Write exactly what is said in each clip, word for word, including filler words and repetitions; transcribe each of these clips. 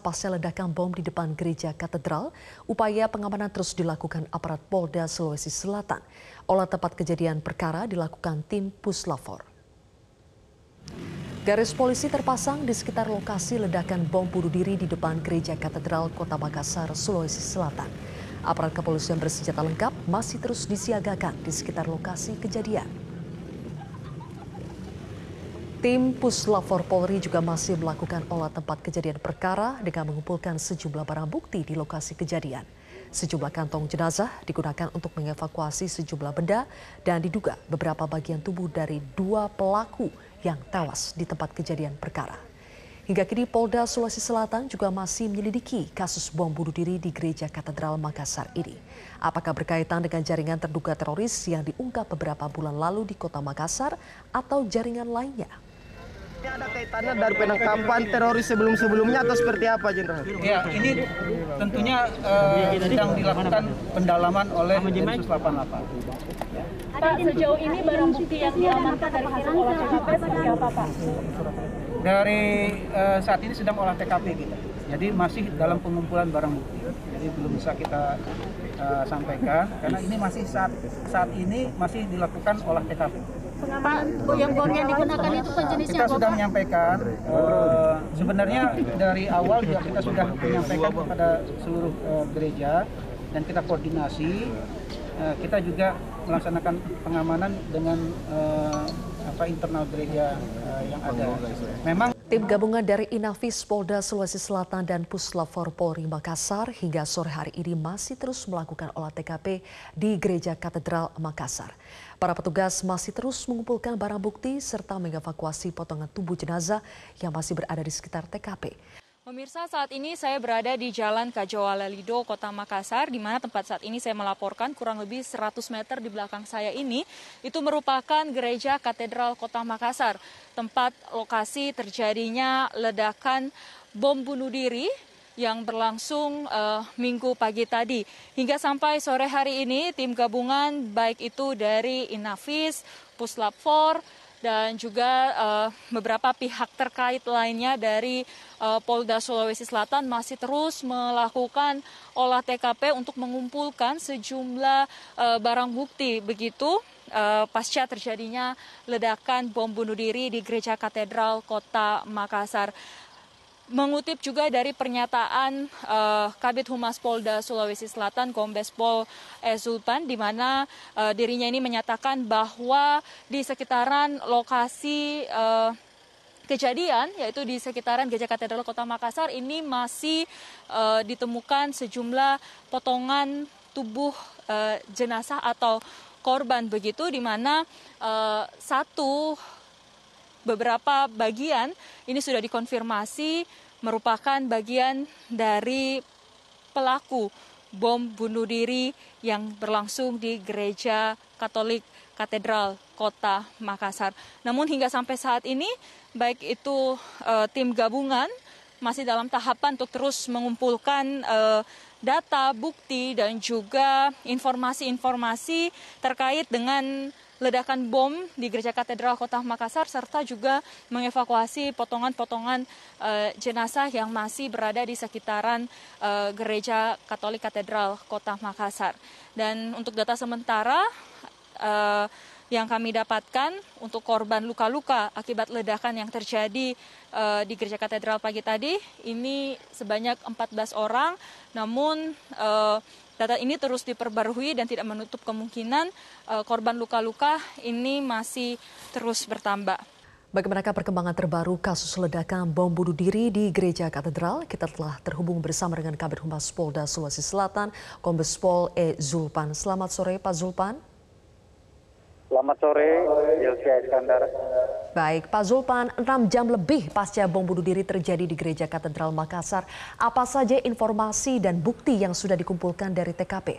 pasca ledakan bom di depan gereja katedral, upaya pengamanan terus dilakukan aparat Polda Sulawesi Selatan. Olah tempat kejadian perkara dilakukan tim Puslapfor. Garis polisi terpasang di sekitar lokasi ledakan bom bunuh diri di depan gereja katedral Kota Makassar, Sulawesi Selatan. Aparat kepolisian bersenjata lengkap masih terus disiagakan di sekitar lokasi kejadian. Tim Puslapfor Polri juga masih melakukan olah tempat kejadian perkara dengan mengumpulkan sejumlah barang bukti di lokasi kejadian. Sejumlah kantong jenazah digunakan untuk mengevakuasi sejumlah benda dan diduga beberapa bagian tubuh dari dua pelaku yang tewas di tempat kejadian perkara. Hingga kini Polda Sulawesi Selatan juga masih menyelidiki kasus bom bunuh diri di Gereja Katedral Makassar ini. Apakah berkaitan dengan jaringan terduga teroris yang diungkap beberapa bulan lalu di Kota Makassar atau jaringan lainnya? Ini ada kaitannya dari penangkapan teroris sebelum-sebelumnya atau seperti apa, Jenderal? Ya, ini tentunya uh, sedang dilakukan pendalaman oleh Densus delapan puluh delapan. Pak, sejauh ini barang bukti yang diamankan dari hasil olah T K P seperti apa, Pak? Dari uh, saat ini sedang olah T K P kita, jadi masih dalam pengumpulan barang bukti. Jadi belum bisa kita uh, sampaikan karena ini masih saat saat ini masih dilakukan olah T K P. Pak, yang bom yang digunakan itu jenisnya kita sudah menyampaikan uh, sebenarnya dari awal juga kita sudah menyampaikan kepada seluruh uh, gereja dan kita koordinasi. Uh, kita juga melaksanakan pengamanan dengan uh, apa internal gereja uh, yang ada. Memang tim gabungan dari Inafis Polda Sulawesi Selatan dan Puslapfor Polri Makassar hingga sore hari ini masih terus melakukan olah T K P di Gereja Katedral Makassar. Para petugas masih terus mengumpulkan barang bukti serta mengevakuasi potongan tubuh jenazah yang masih berada di sekitar T K P. Pemirsa, saat ini saya berada di Jalan Kajawala Lido, Kota Makassar, di mana tempat saat ini saya melaporkan kurang lebih seratus meter di belakang saya ini, itu merupakan Gereja Katedral Kota Makassar, tempat lokasi terjadinya ledakan bom bunuh diri yang berlangsung uh, minggu pagi tadi. Hingga sampai sore hari ini, tim gabungan baik itu dari Inafis, Puslapfor, dan juga uh, beberapa pihak terkait lainnya dari uh, Polda Sulawesi Selatan masih terus melakukan olah T K P untuk mengumpulkan sejumlah uh, barang bukti begitu uh, pasca terjadinya ledakan bom bunuh diri di Gereja Katedral Kota Makassar. Mengutip juga dari pernyataan uh, Kabid Humas Polda Sulawesi Selatan, Kombes Pol E. Zulpan, di mana uh, dirinya ini menyatakan bahwa di sekitaran lokasi uh, kejadian, yaitu di sekitaran Gereja Katedral Kota Makassar, ini masih uh, ditemukan sejumlah potongan tubuh uh, jenazah atau korban begitu, di mana uh, satu beberapa bagian ini sudah dikonfirmasi merupakan bagian dari pelaku bom bunuh diri yang berlangsung di Gereja Katolik Katedral Kota Makassar. Namun hingga sampai saat ini baik itu uh, tim gabungan masih dalam tahapan untuk terus mengumpulkan uh, data, bukti dan juga informasi-informasi terkait dengan ledakan bom di Gereja Katedral Kota Makassar serta juga mengevakuasi potongan-potongan uh, jenazah yang masih berada di sekitaran uh, Gereja Katolik Katedral Kota Makassar. Dan untuk data sementara uh, yang kami dapatkan untuk korban luka-luka akibat ledakan yang terjadi uh, di Gereja Katedral pagi tadi ini sebanyak empat belas orang, namun uh, data ini terus diperbarui dan tidak menutup kemungkinan uh, korban luka-luka ini masih terus bertambah. Bagaimanakah perkembangan terbaru kasus ledakan bom bunuh diri di Gereja Katedral? Kita telah terhubung bersama dengan Kabid Humas Polda Sulawesi Selatan, Kombes Pol E. Zulpan. Selamat sore, Pak Zulpan. Selamat sore, Yelsia Iskandar. Baik, Pak Zulpan, enam jam lebih pasca bom bunuh diri terjadi di Gereja Katedral Makassar, apa saja informasi dan bukti yang sudah dikumpulkan dari T K P?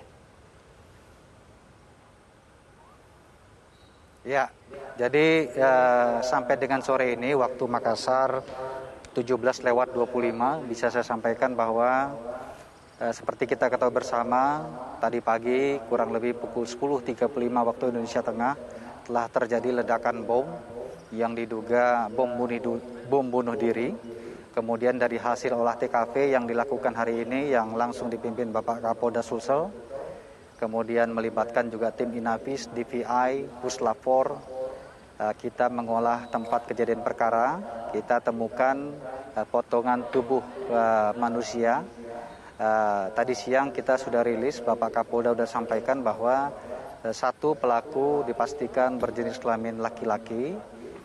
Ya, jadi ya, sampai dengan sore ini waktu Makassar tujuh belas lewat dua puluh lima bisa saya sampaikan bahwa eh, seperti kita ketahui bersama, tadi pagi kurang lebih pukul sepuluh tiga puluh lima waktu Indonesia Tengah telah terjadi ledakan bom yang diduga bom bunuh, bom bunuh diri Kemudian dari hasil olah T K P yang dilakukan hari ini yang langsung dipimpin Bapak Kapolda Sulsel, kemudian melibatkan juga tim Inafis, D V I, Puslapfor, kita mengolah tempat kejadian perkara, kita temukan potongan tubuh manusia. Tadi siang kita sudah rilis, Bapak Kapolda sudah sampaikan bahwa satu pelaku dipastikan berjenis kelamin laki-laki.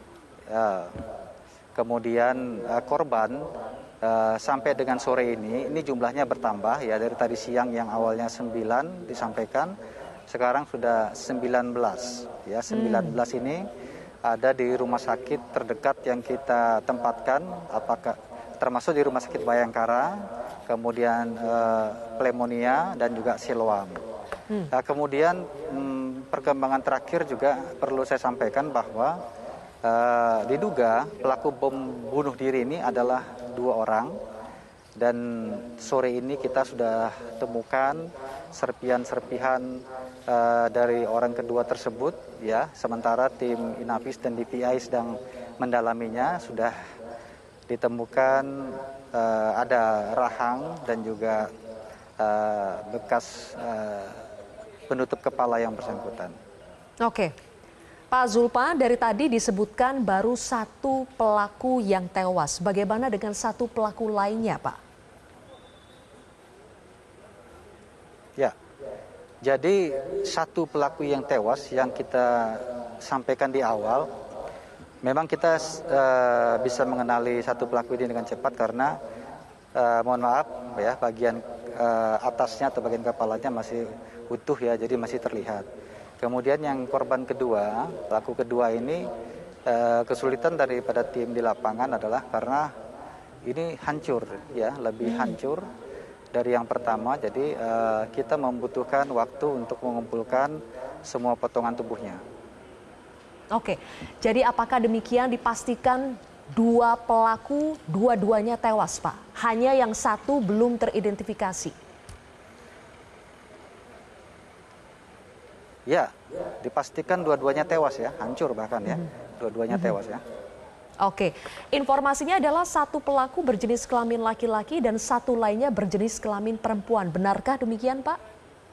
Kemudian uh, korban uh, sampai dengan sore ini, ini jumlahnya bertambah ya, dari tadi siang yang awalnya sembilan disampaikan, sekarang sudah sembilan belas. Ya, sembilan belas hmm. ini ada di rumah sakit terdekat yang kita tempatkan, apakah termasuk di Rumah Sakit Bayangkara, kemudian uh, Pneumonia dan juga Siloam. Hmm. Nah, kemudian hmm, perkembangan terakhir juga perlu saya sampaikan bahwa Uh, diduga pelaku bom bunuh diri ini adalah dua orang, dan sore ini kita sudah temukan serpihan-serpihan uh, dari orang kedua tersebut ya. Sementara tim Inafis dan D V I sedang mendalaminya. Sudah ditemukan uh, ada rahang dan juga uh, bekas uh, penutup kepala yang bersangkutan. Oke. Pak Zulpan, dari tadi disebutkan baru satu pelaku yang tewas. Bagaimana dengan satu pelaku lainnya, Pak? Ya, jadi satu pelaku yang tewas yang kita sampaikan di awal, memang kita uh, bisa mengenali satu pelaku ini dengan cepat karena, uh, mohon maaf ya, bagian uh, atasnya atau bagian kepalanya masih utuh ya, jadi masih terlihat. Kemudian yang korban kedua, pelaku kedua ini eh, kesulitan daripada tim di lapangan adalah karena ini hancur ya, lebih hancur dari yang pertama. Jadi eh, kita membutuhkan waktu untuk mengumpulkan semua potongan tubuhnya. Oke, jadi apakah demikian dipastikan dua pelaku, dua-duanya tewas, Pak? Hanya yang satu belum teridentifikasi? Ya, dipastikan dua-duanya tewas ya, hancur bahkan ya, dua-duanya tewas ya. Oke, informasinya adalah satu pelaku berjenis kelamin laki-laki dan satu lainnya berjenis kelamin perempuan. Benarkah demikian, Pak?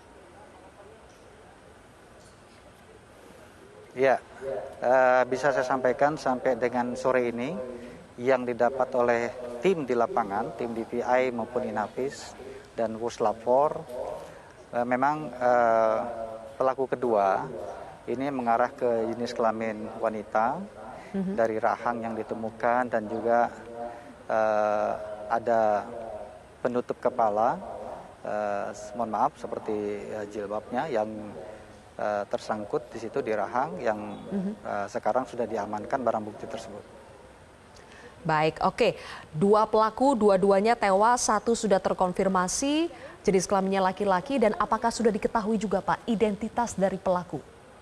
Ya, uh, bisa saya sampaikan sampai dengan sore ini yang didapat oleh tim di lapangan, tim D V I maupun Inafis dan Puslapfor, uh, memang uh, pelaku kedua ini mengarah ke jenis kelamin wanita mm-hmm. dari rahang yang ditemukan dan juga uh, ada penutup kepala, uh, mohon maaf seperti uh, jilbabnya yang uh, tersangkut di situ di rahang yang mm-hmm. uh, sekarang sudah diamankan barang bukti tersebut. Baik, oke. Dua pelaku, dua-duanya tewas, satu sudah terkonfirmasi, jenis kelaminnya laki-laki, dan apakah sudah diketahui juga, Pak, identitas dari pelaku?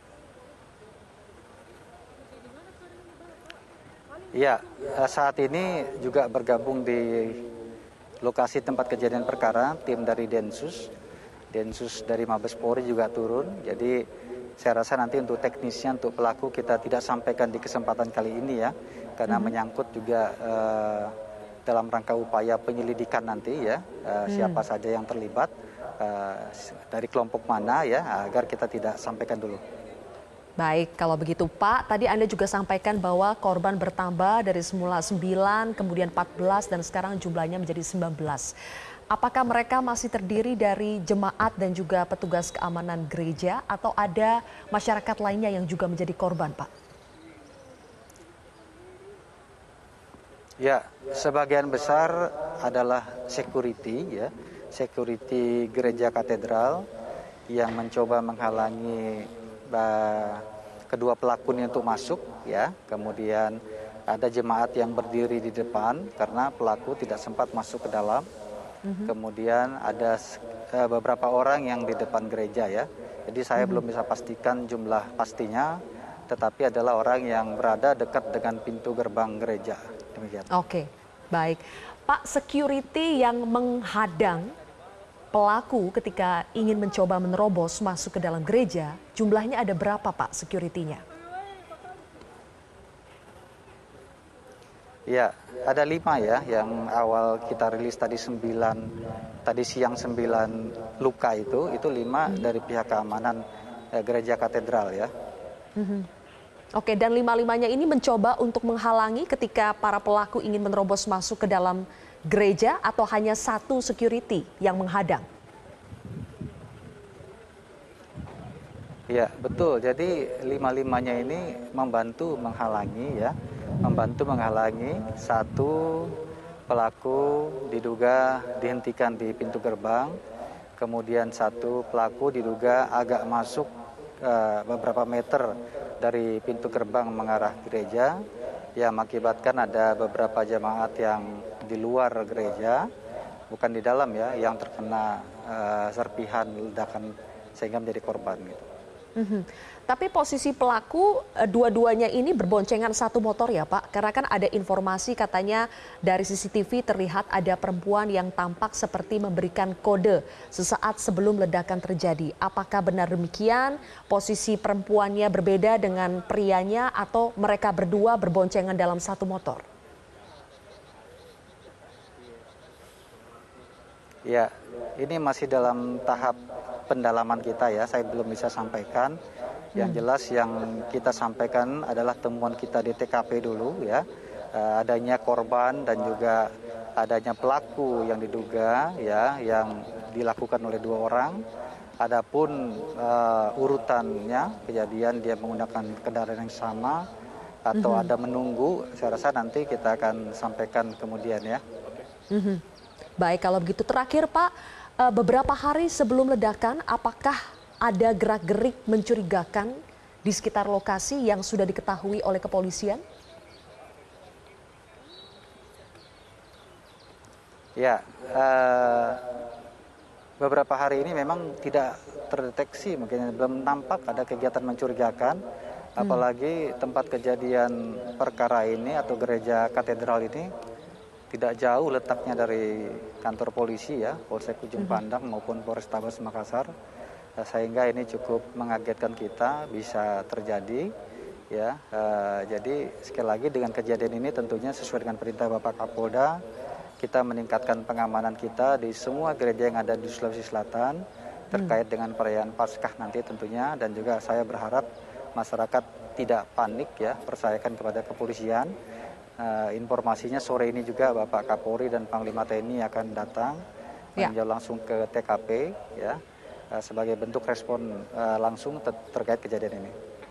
Ya, saat ini juga bergabung di lokasi tempat kejadian perkara, tim dari Densus, Densus dari Mabes Polri juga turun, jadi saya rasa nanti untuk teknisnya, untuk pelaku kita tidak sampaikan di kesempatan kali ini ya, karena hmm. menyangkut juga uh, dalam rangka upaya penyelidikan nanti ya, uh, hmm. siapa saja yang terlibat, uh, dari kelompok mana ya, agar kita tidak sampaikan dulu. Baik, kalau begitu Pak, tadi Anda juga sampaikan bahwa korban bertambah dari semula sembilan, kemudian empat belas, dan sekarang jumlahnya menjadi sembilan belas. Apakah mereka masih terdiri dari jemaat dan juga petugas keamanan gereja atau ada masyarakat lainnya yang juga menjadi korban, Pak? Ya, sebagian besar adalah security ya, security gereja katedral yang mencoba menghalangi uh, kedua pelaku ini untuk masuk ya. Kemudian ada jemaat yang berdiri di depan karena pelaku tidak sempat masuk ke dalam. Mm-hmm. Kemudian ada uh, beberapa orang yang di depan gereja ya. Jadi saya mm-hmm. belum bisa pastikan jumlah pastinya, tetapi adalah orang yang berada dekat dengan pintu gerbang gereja. Demikian. Oke, baik. Pak, security yang menghadang pelaku ketika ingin mencoba menerobos masuk ke dalam gereja, jumlahnya ada berapa, Pak, security-nya? Ya, ada lima ya, yang awal kita rilis tadi sembilan, tadi siang sembilan luka itu, itu lima hmm. dari pihak keamanan eh, gereja katedral ya. Hmm. Oke, dan lima-limanya ini mencoba untuk menghalangi ketika para pelaku ingin menerobos masuk ke dalam gereja atau hanya satu security yang menghadang? Ya, betul. Jadi lima-limanya ini membantu menghalangi ya. membantu menghalangi satu pelaku diduga dihentikan di pintu gerbang, kemudian satu pelaku diduga agak masuk uh, beberapa meter dari pintu gerbang mengarah gereja, yang mengakibatkan ada beberapa jemaat yang di luar gereja, bukan di dalam ya, yang terkena uh, serpihan ledakan sehingga menjadi korban gitu. Mm-hmm. Tapi posisi pelaku dua-duanya ini berboncengan satu motor ya Pak? Karena kan ada informasi katanya dari C C T V terlihat ada perempuan yang tampak seperti memberikan kode sesaat sebelum ledakan terjadi. Apakah benar demikian? Posisi perempuannya berbeda dengan prianya atau mereka berdua berboncengan dalam satu motor? Ya, ini masih dalam tahap pendalaman kita ya, saya belum bisa sampaikan. Yang jelas yang kita sampaikan adalah temuan kita di T K P dulu ya, adanya korban dan juga adanya pelaku yang diduga ya, yang dilakukan oleh dua orang. Adapun uh, urutannya kejadian dia menggunakan kendaraan yang sama atau mm-hmm. ada menunggu, saya rasa nanti kita akan sampaikan kemudian ya. Mm-hmm. Baik, kalau begitu terakhir Pak, beberapa hari sebelum ledakan, apakah ada gerak-gerik mencurigakan di sekitar lokasi yang sudah diketahui oleh kepolisian? Ya, uh, beberapa hari ini memang tidak terdeteksi, mungkin belum nampak ada kegiatan mencurigakan, hmm. apalagi tempat kejadian perkara ini atau gereja katedral ini tidak jauh letaknya dari kantor polisi ya, Polsek Ujung Pandang maupun Polrestabes Makassar, sehingga ini cukup mengagetkan kita bisa terjadi ya. Uh, jadi sekali lagi dengan kejadian ini tentunya sesuai dengan perintah Bapak Kapolda, kita meningkatkan pengamanan kita di semua gereja yang ada di Sulawesi Selatan terkait dengan perayaan Paskah nanti tentunya, dan juga saya berharap masyarakat tidak panik ya, percayakan kepada kepolisian. Uh, informasinya sore ini juga Bapak Kapolri dan Panglima T N I akan datang ya. meninjau langsung ke T K P ya, uh, sebagai bentuk respon uh, langsung ter terkait kejadian ini.